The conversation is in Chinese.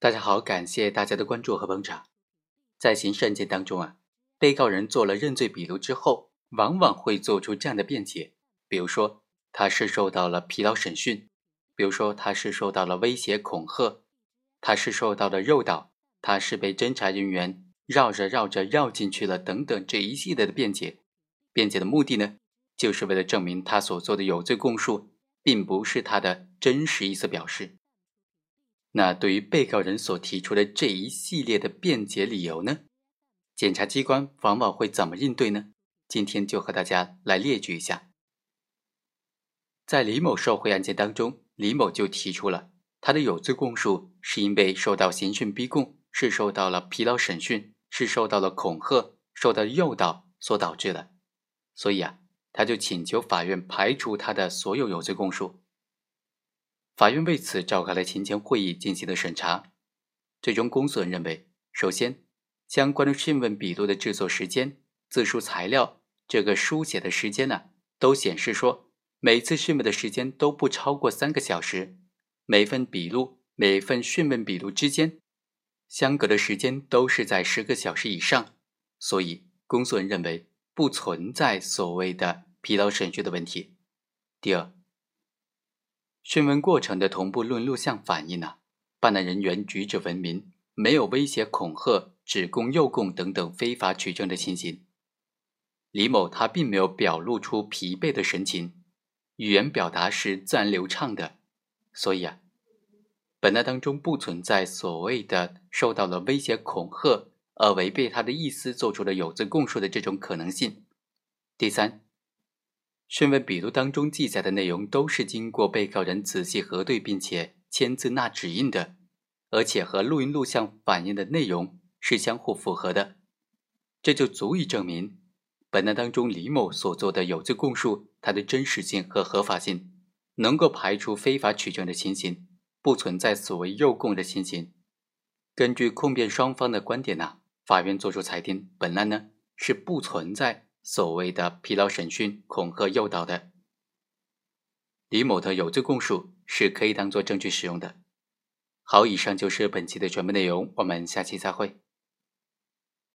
大家好，感谢大家的关注和捧场。在刑事案件当中被告人做了认罪笔录之后，往往会做出这样的辩解，比如说他是受到了疲劳审讯，比如说他是受到了威胁恐吓，他是受到了诱导，他是被侦查人员绕着绕进去了等等这一系列的辩解。辩解的目的呢，就是为了证明他所做的有罪供述并不是他的真实意思表示。那对于被告人所提出的这一系列的辩解理由呢，检察机关往往会怎么应对呢？今天就和大家来列举一下。在李某受贿案件当中，李某就提出了他的有罪供述是因为受到刑讯逼供，是受到了疲劳审讯，是受到了恐吓，受到诱导所导致的。所以他就请求法院排除他的所有有罪供述。法院为此召开了庭前会议进行了审查。最终公诉人认为，首先，相关的讯问笔录的制作时间、字数材料，这个书写的时间都显示说每次讯问的时间都不超过3个小时，每份笔录、每份讯问笔录之间相隔的时间都是在10个小时以上，所以公诉人认为不存在所谓的疲劳审讯的问题。第二，讯问过程的同步录音录像反映办案人员举止文明，没有威胁恐吓、指供诱供等等非法取证的情形。李某他并没有表露出疲惫的神情，语言表达是自然流畅的，所以本案当中不存在所谓的受到了威胁恐吓而违背他的意思做出了有罪供述的这种可能性。第三，讯问笔录当中记载的内容都是经过被告人仔细核对并且签字捺指印的，而且和录音录像反映的内容是相互符合的，这就足以证明本案当中李某所做的有罪供述它的真实性和合法性，能够排除非法取证的情形，不存在所谓诱供的情形。根据控辩双方的观点法院作出裁定，本案是不存在所谓的疲劳审讯、恐吓、诱导的。李某的有罪供述是可以当作证据使用的。好，以上就是本期的全部内容，我们下期再会。